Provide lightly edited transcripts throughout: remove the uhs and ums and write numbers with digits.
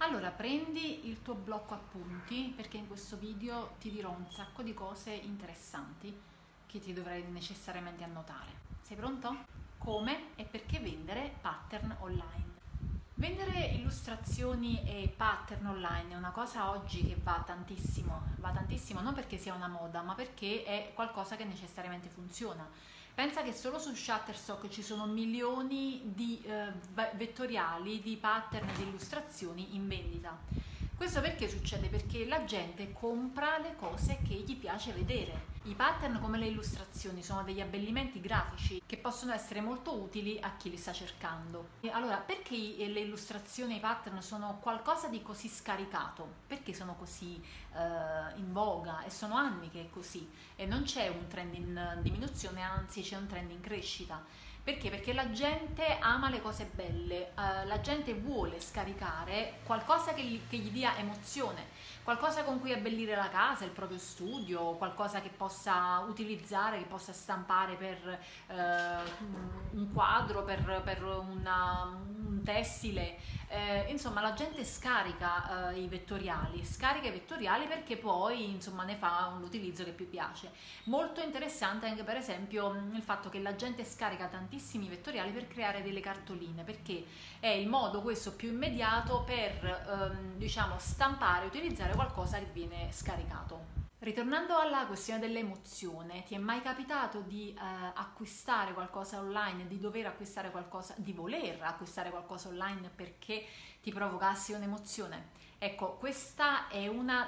Allora, prendi il tuo blocco appunti perché in questo video ti dirò un sacco di cose interessanti che ti dovrai necessariamente annotare. Sei pronto? Come e perché vendere pattern online? Vendere illustrazioni e pattern online è una cosa oggi che va tantissimo non perché sia una moda, ma perché è qualcosa che necessariamente funziona. Pensa che solo su Shutterstock ci sono milioni di vettoriali, di pattern e di illustrazioni in vendita. Questo perché succede? Perché la gente compra le cose che gli piace vedere. I pattern come le illustrazioni sono degli abbellimenti grafici che possono essere molto utili a chi li sta cercando. E allora, perché le illustrazioni e i pattern sono qualcosa di così scaricato? Perché sono così in voga? E sono anni che è così. E non c'è un trend in diminuzione, anzi c'è un trend in crescita. Perché? Perché la gente ama le cose belle, la gente vuole scaricare qualcosa che gli dia emozione, qualcosa con cui abbellire la casa, il proprio studio, qualcosa che possa utilizzare, che possa stampare per un quadro, per un tessile. Insomma, la gente scarica i vettoriali, perché poi insomma ne fa un utilizzo che più piace. Molto interessante anche per esempio il fatto che la gente scarica tantissimi vettoriali per creare delle cartoline, perché è il modo questo più immediato per diciamo stampare e utilizzare qualcosa che viene scaricato. Ritornando alla questione dell'emozione, ti è mai capitato di acquistare qualcosa online, di dover acquistare qualcosa, di voler acquistare qualcosa online perché ti provocasse un'emozione? Ecco, questa è una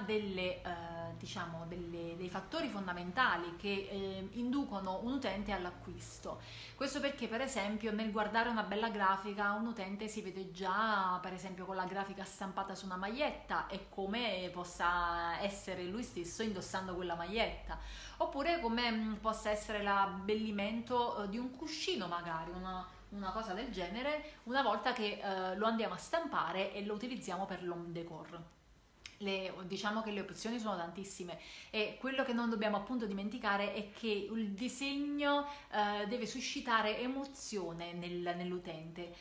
dei fattori fondamentali che inducono un utente all'acquisto. Questo perché, per esempio, nel guardare una bella grafica, un utente si vede già, per esempio, con la grafica stampata su una maglietta e come possa essere lui stesso indossando quella maglietta, oppure come possa essere l'abbellimento di un cuscino, magari, una cosa del genere, una volta che lo andiamo a stampare e lo utilizziamo per l'home decor. Diciamo che le opzioni sono tantissime e quello che non dobbiamo appunto dimenticare è che il disegno deve suscitare emozione nell'utente.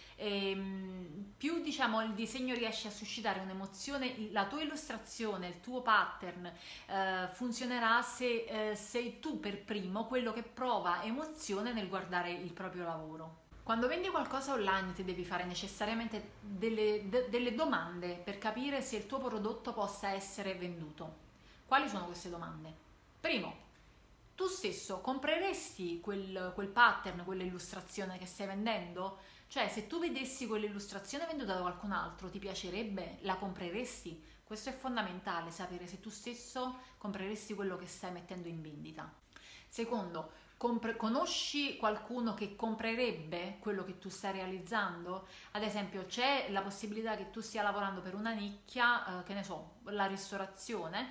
Più diciamo il disegno riesce a suscitare un'emozione, la tua illustrazione, il tuo pattern funzionerà se sei tu per primo quello che prova emozione nel guardare il proprio lavoro. Quando vendi qualcosa online ti devi fare necessariamente delle domande per capire se il tuo prodotto possa essere venduto. Quali sono queste domande? Primo, tu stesso compreresti quel pattern, quell'illustrazione che stai vendendo? Cioè, se tu vedessi quell'illustrazione venduta da qualcun altro, ti piacerebbe? La compreresti? Questo è fondamentale, sapere se tu stesso compreresti quello che stai mettendo in vendita. Secondo, conosci qualcuno che comprerebbe quello che tu stai realizzando? Ad esempio, c'è la possibilità che tu stia lavorando per una nicchia, che ne so, la ristorazione,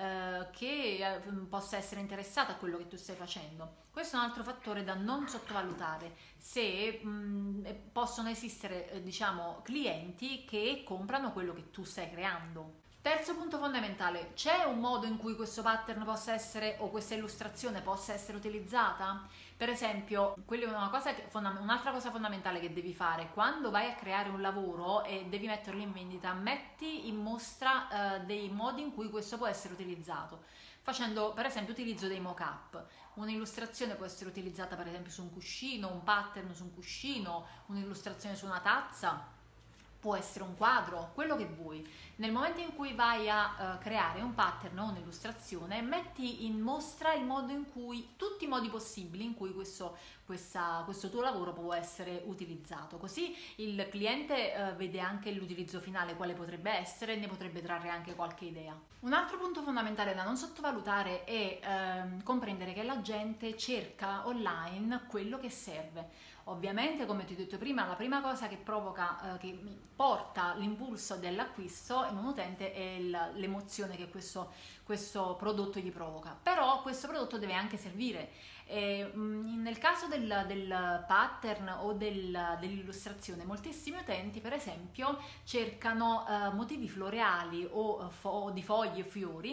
che possa essere interessata a quello che tu stai facendo. Questo è un altro fattore da non sottovalutare, se possono esistere, diciamo, clienti che comprano quello che tu stai creando. Terzo punto fondamentale, c'è un modo in cui questo pattern possa essere o questa illustrazione possa essere utilizzata? Per esempio, quella è un'altra cosa fondamentale che devi fare quando vai a creare un lavoro e devi metterlo in vendita, metti in mostra dei modi in cui questo può essere utilizzato, facendo per esempio utilizzo dei mock-up. Un'illustrazione può essere utilizzata per esempio su un cuscino, un pattern su un cuscino, un'illustrazione su una tazza, può essere un quadro, quello che vuoi. Nel momento in cui vai a creare un pattern o un'illustrazione, metti in mostra il modo in cui, tutti i modi possibili in cui questo tuo lavoro può essere utilizzato. Così il cliente vede anche l'utilizzo finale, quale potrebbe essere, e ne potrebbe trarre anche qualche idea. Un altro punto fondamentale da non sottovalutare è comprendere che la gente cerca online quello che serve. Ovviamente, come ti ho detto prima, la prima cosa che provoca, che porta l'impulso dell'acquisto in un utente è l'emozione che questo prodotto gli provoca. Però questo prodotto deve anche servire. Nel caso del pattern o dell'illustrazione, moltissimi utenti per esempio cercano motivi floreali o di foglie o fiori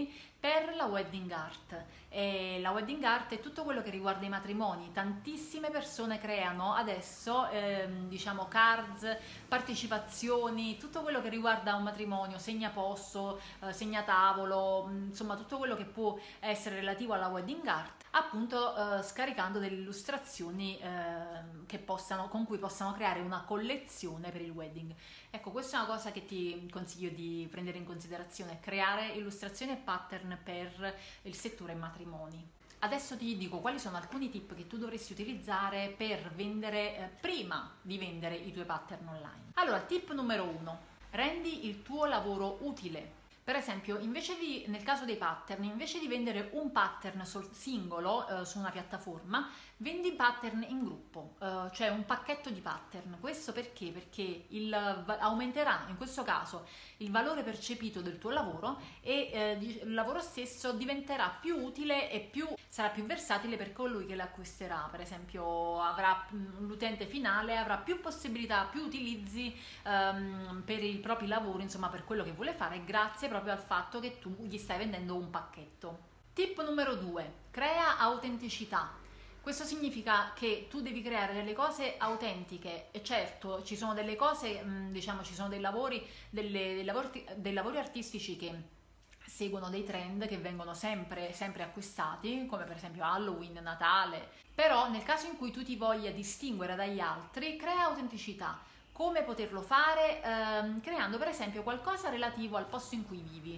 per la wedding art. E la wedding art è tutto quello che riguarda i matrimoni. Tantissime persone creano adesso diciamo cards, partecipazioni, tutto quello che riguarda un matrimonio, segnaposto, segnatavolo, insomma tutto quello che può essere relativo alla wedding art, appunto scaricando delle illustrazioni con cui possano creare una collezione per il wedding. Ecco, questa è una cosa che ti consiglio di prendere in considerazione: creare illustrazioni e pattern per il settore matrimoni. Adesso ti dico quali sono alcuni tip che tu dovresti utilizzare per vendere, prima di vendere i tuoi pattern online. Allora, tip numero 1: rendi il tuo lavoro utile. Per esempio, nel caso dei pattern, invece di vendere un pattern singolo su una piattaforma, vendi pattern in gruppo, cioè un pacchetto di pattern. Questo perché? Perché aumenterà in questo caso il valore percepito del tuo lavoro e il lavoro stesso diventerà più utile e sarà più versatile per colui che l'acquisterà. Per esempio, l'utente finale avrà più possibilità, più utilizzi per i propri lavori, insomma per quello che vuole fare, grazie proprio al fatto che tu gli stai vendendo un pacchetto. Tip numero 2: crea autenticità. Questo significa che tu devi creare delle cose autentiche. E certo, ci sono delle cose, diciamo, ci sono dei lavori artistici che seguono dei trend che vengono sempre acquistati, come per esempio Halloween, Natale. Però nel caso in cui tu ti voglia distinguere dagli altri, crea autenticità. Come poterlo fare? Creando per esempio qualcosa relativo al posto in cui vivi,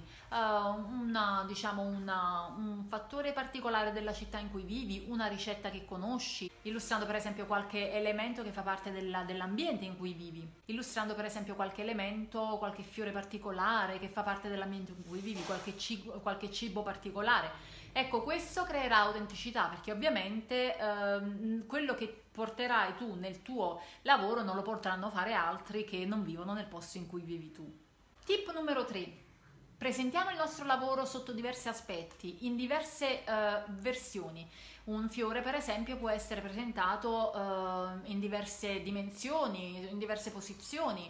un fattore particolare della città in cui vivi, una ricetta che conosci, illustrando per esempio qualche elemento che fa parte dell'ambiente in cui vivi, illustrando per esempio qualche elemento, qualche fiore particolare che fa parte dell'ambiente in cui vivi, qualche cibo particolare. Ecco, questo creerà autenticità, perché ovviamente quello che porterai tu nel tuo lavoro non lo potranno fare altri che non vivono nel posto in cui vivi tu. Tip numero 3: presentiamo il nostro lavoro sotto diversi aspetti, in diverse versioni. Un fiore, per esempio, può essere presentato in diverse dimensioni, in diverse posizioni.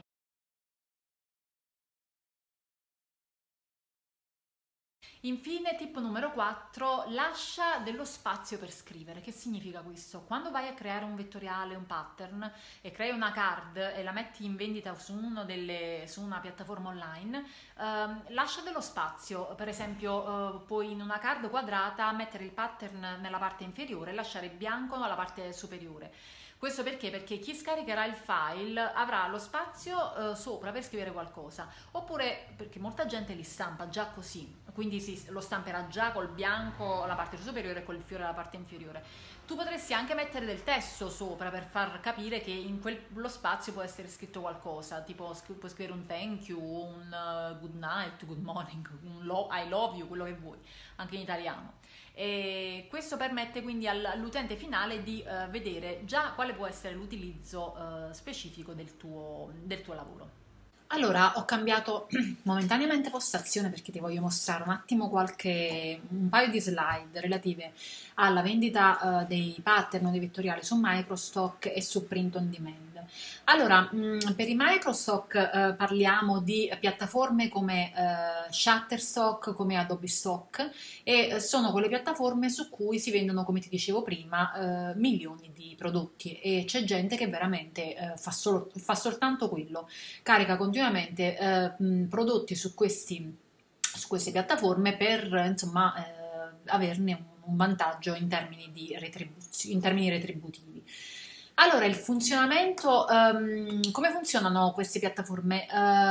Infine, tip numero 4: lascia dello spazio per scrivere. Che significa questo? Quando vai a creare un vettoriale, un pattern, e crei una card e la metti in vendita su una piattaforma online, lascia dello spazio. Per esempio, puoi in una card quadrata mettere il pattern nella parte inferiore e lasciare bianco alla parte superiore. Questo perché? Perché chi scaricherà il file avrà lo spazio sopra per scrivere qualcosa, oppure perché molta gente li stampa già così, quindi lo stamperà già col bianco alla parte superiore e col fiore alla parte inferiore. Tu potresti anche mettere del testo sopra per far capire che in quello spazio può essere scritto qualcosa, tipo puoi scrivere un thank you, un good night, good morning, I love you, quello che vuoi, anche in italiano. E questo permette quindi all'utente finale di vedere già quale può essere l'utilizzo specifico del tuo lavoro. Allora, ho cambiato momentaneamente postazione perché ti voglio mostrare un attimo un paio di slide relative alla vendita dei pattern o dei vettoriali su Microstock e su Print on Demand. Allora, per i Microstock parliamo di piattaforme come Shutterstock, come Adobe Stock, e sono quelle piattaforme su cui si vendono, come ti dicevo prima, milioni di prodotti, e c'è gente che veramente fa soltanto quello, carica continuamente prodotti su queste piattaforme per insomma averne un vantaggio in termini retributivi. Allora, il funzionamento, come funzionano queste piattaforme?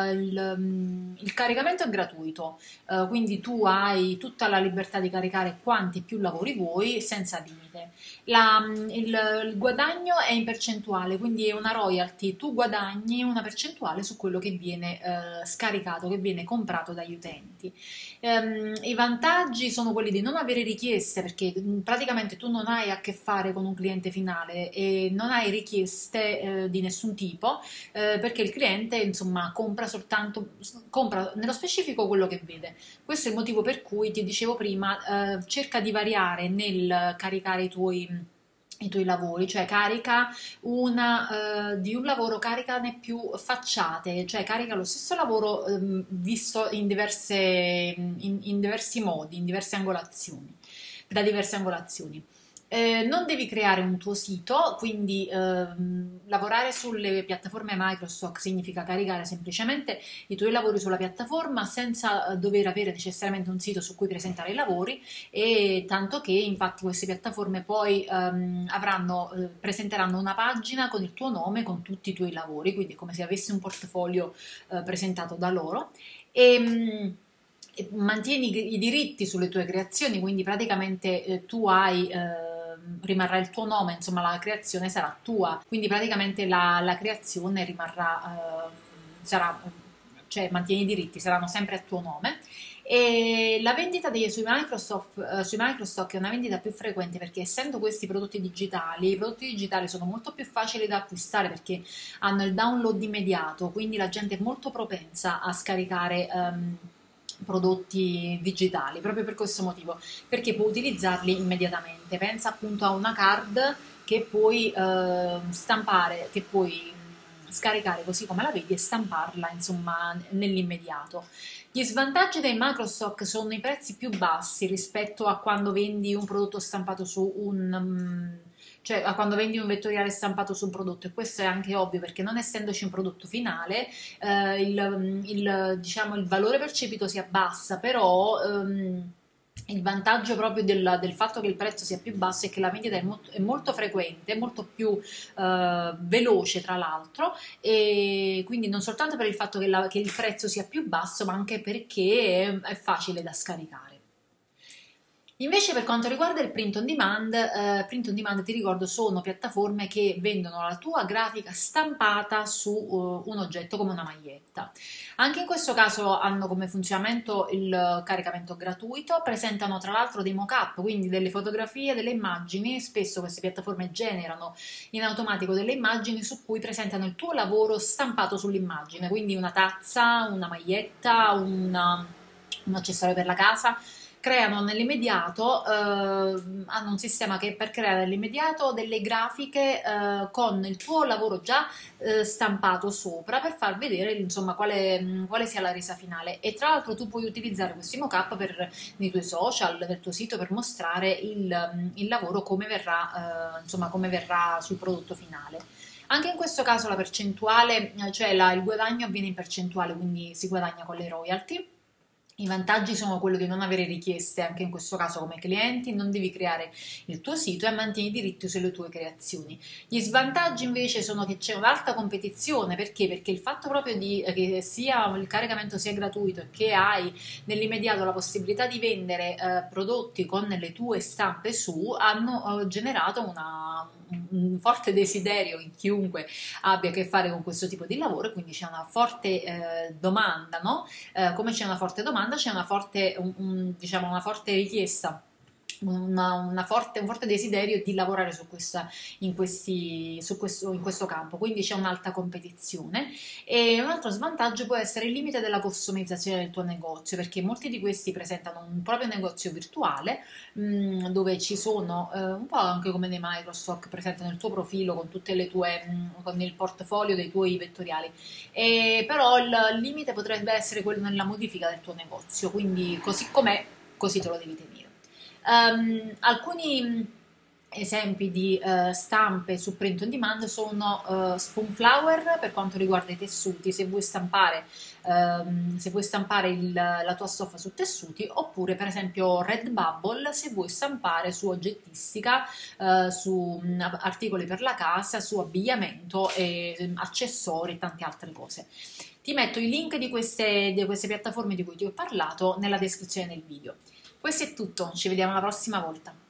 Il caricamento è gratuito, quindi tu hai tutta la libertà di caricare quanti più lavori vuoi senza limite. Il guadagno è in percentuale, quindi è una royalty, tu guadagni una percentuale su quello che viene scaricato, che viene comprato dagli utenti. I vantaggi sono quelli di non avere richieste, perché praticamente tu non hai a che fare con un cliente finale e non hai richieste di nessun tipo, perché il cliente insomma compra nello specifico quello che vede. Questo è il motivo per cui ti dicevo prima, cerca di variare nel caricare i tuoi i tuoi lavori, cioè carica di un lavoro, caricane più facciate, cioè carica lo stesso lavoro visto in diversi modi, in diverse angolazioni, da diverse angolazioni. Non devi creare un tuo sito, quindi lavorare sulle piattaforme Microsoft significa caricare semplicemente i tuoi lavori sulla piattaforma senza dover avere necessariamente un sito su cui presentare i lavori, e tanto che infatti queste piattaforme poi presenteranno una pagina con il tuo nome, con tutti i tuoi lavori, quindi è come se avessi un portfolio presentato da loro. E mantieni i diritti sulle tue creazioni, quindi praticamente tu rimarrà il tuo nome, insomma la creazione sarà tua, quindi praticamente la creazione rimarrà, cioè mantieni i diritti, saranno sempre a tuo nome. E la vendita sui Microstock è una vendita più frequente perché essendo questi prodotti digitali, i prodotti digitali sono molto più facili da acquistare perché hanno il download immediato, quindi la gente è molto propensa a scaricare prodotti digitali proprio per questo motivo, perché può utilizzarli immediatamente. Pensa appunto a una card che puoi stampare, che puoi scaricare così come la vedi e stamparla insomma nell'immediato. Gli svantaggi dei macrostock sono i prezzi più bassi rispetto a quando vendi un prodotto stampato su cioè a quando vendi un vettoriale stampato su un prodotto, e questo è anche ovvio perché non essendoci un prodotto finale diciamo, il valore percepito si abbassa, però il vantaggio proprio del fatto che il prezzo sia più basso è che la vendita è molto frequente, è molto più veloce tra l'altro, e quindi non soltanto per il fatto che il prezzo sia più basso, ma anche perché è facile da scaricare. Invece per quanto riguarda il print on demand ti ricordo sono piattaforme che vendono la tua grafica stampata su un oggetto come una maglietta. Anche in questo caso hanno come funzionamento il caricamento gratuito, presentano tra l'altro dei mock-up, quindi delle fotografie, delle immagini, spesso queste piattaforme generano in automatico delle immagini su cui presentano il tuo lavoro stampato sull'immagine, quindi una tazza, una maglietta, un accessorio per la casa. Creano nell'immediato, hanno un sistema che per creare nell'immediato delle grafiche con il tuo lavoro già stampato sopra per far vedere insomma quale sia la resa finale, e tra l'altro tu puoi utilizzare questi mock-up nei tuoi social, nel tuo sito per mostrare il lavoro come verrà, insomma come verrà sul prodotto finale. Anche in questo caso la percentuale, cioè il guadagno avviene in percentuale, quindi si guadagna con le royalty. I vantaggi sono quello di non avere richieste anche in questo caso come clienti, non devi creare il tuo sito e mantieni i diritti sulle tue creazioni. Gli svantaggi invece sono che c'è un'alta competizione, perché? Perché il fatto proprio che sia il caricamento sia gratuito e che hai nell'immediato la possibilità di vendere prodotti con le tue stampe su hanno generato un forte desiderio in chiunque abbia a che fare con questo tipo di lavoro, e quindi c'è una forte domanda, no? Come c'è una forte domanda, c'è diciamo, una forte richiesta, un forte desiderio di lavorare in questo campo, quindi c'è un'alta competizione. E un altro svantaggio può essere il limite della customizzazione del tuo negozio, perché molti di questi presentano un proprio negozio virtuale dove ci sono un po' anche come nei Microsoft, presentano il tuo profilo con tutte le tue con il portfolio dei tuoi vettoriali, però il limite potrebbe essere quello nella modifica del tuo negozio, quindi così com'è così te lo devi tenere. Alcuni esempi di stampe su print on demand sono Spoonflower per quanto riguarda i tessuti, se vuoi stampare la tua stoffa su tessuti, oppure per esempio Redbubble se vuoi stampare su oggettistica, su articoli per la casa, su abbigliamento, accessori e tante altre cose. Ti metto i link di queste piattaforme di cui ti ho parlato nella descrizione del video. Questo è tutto, ci vediamo la prossima volta.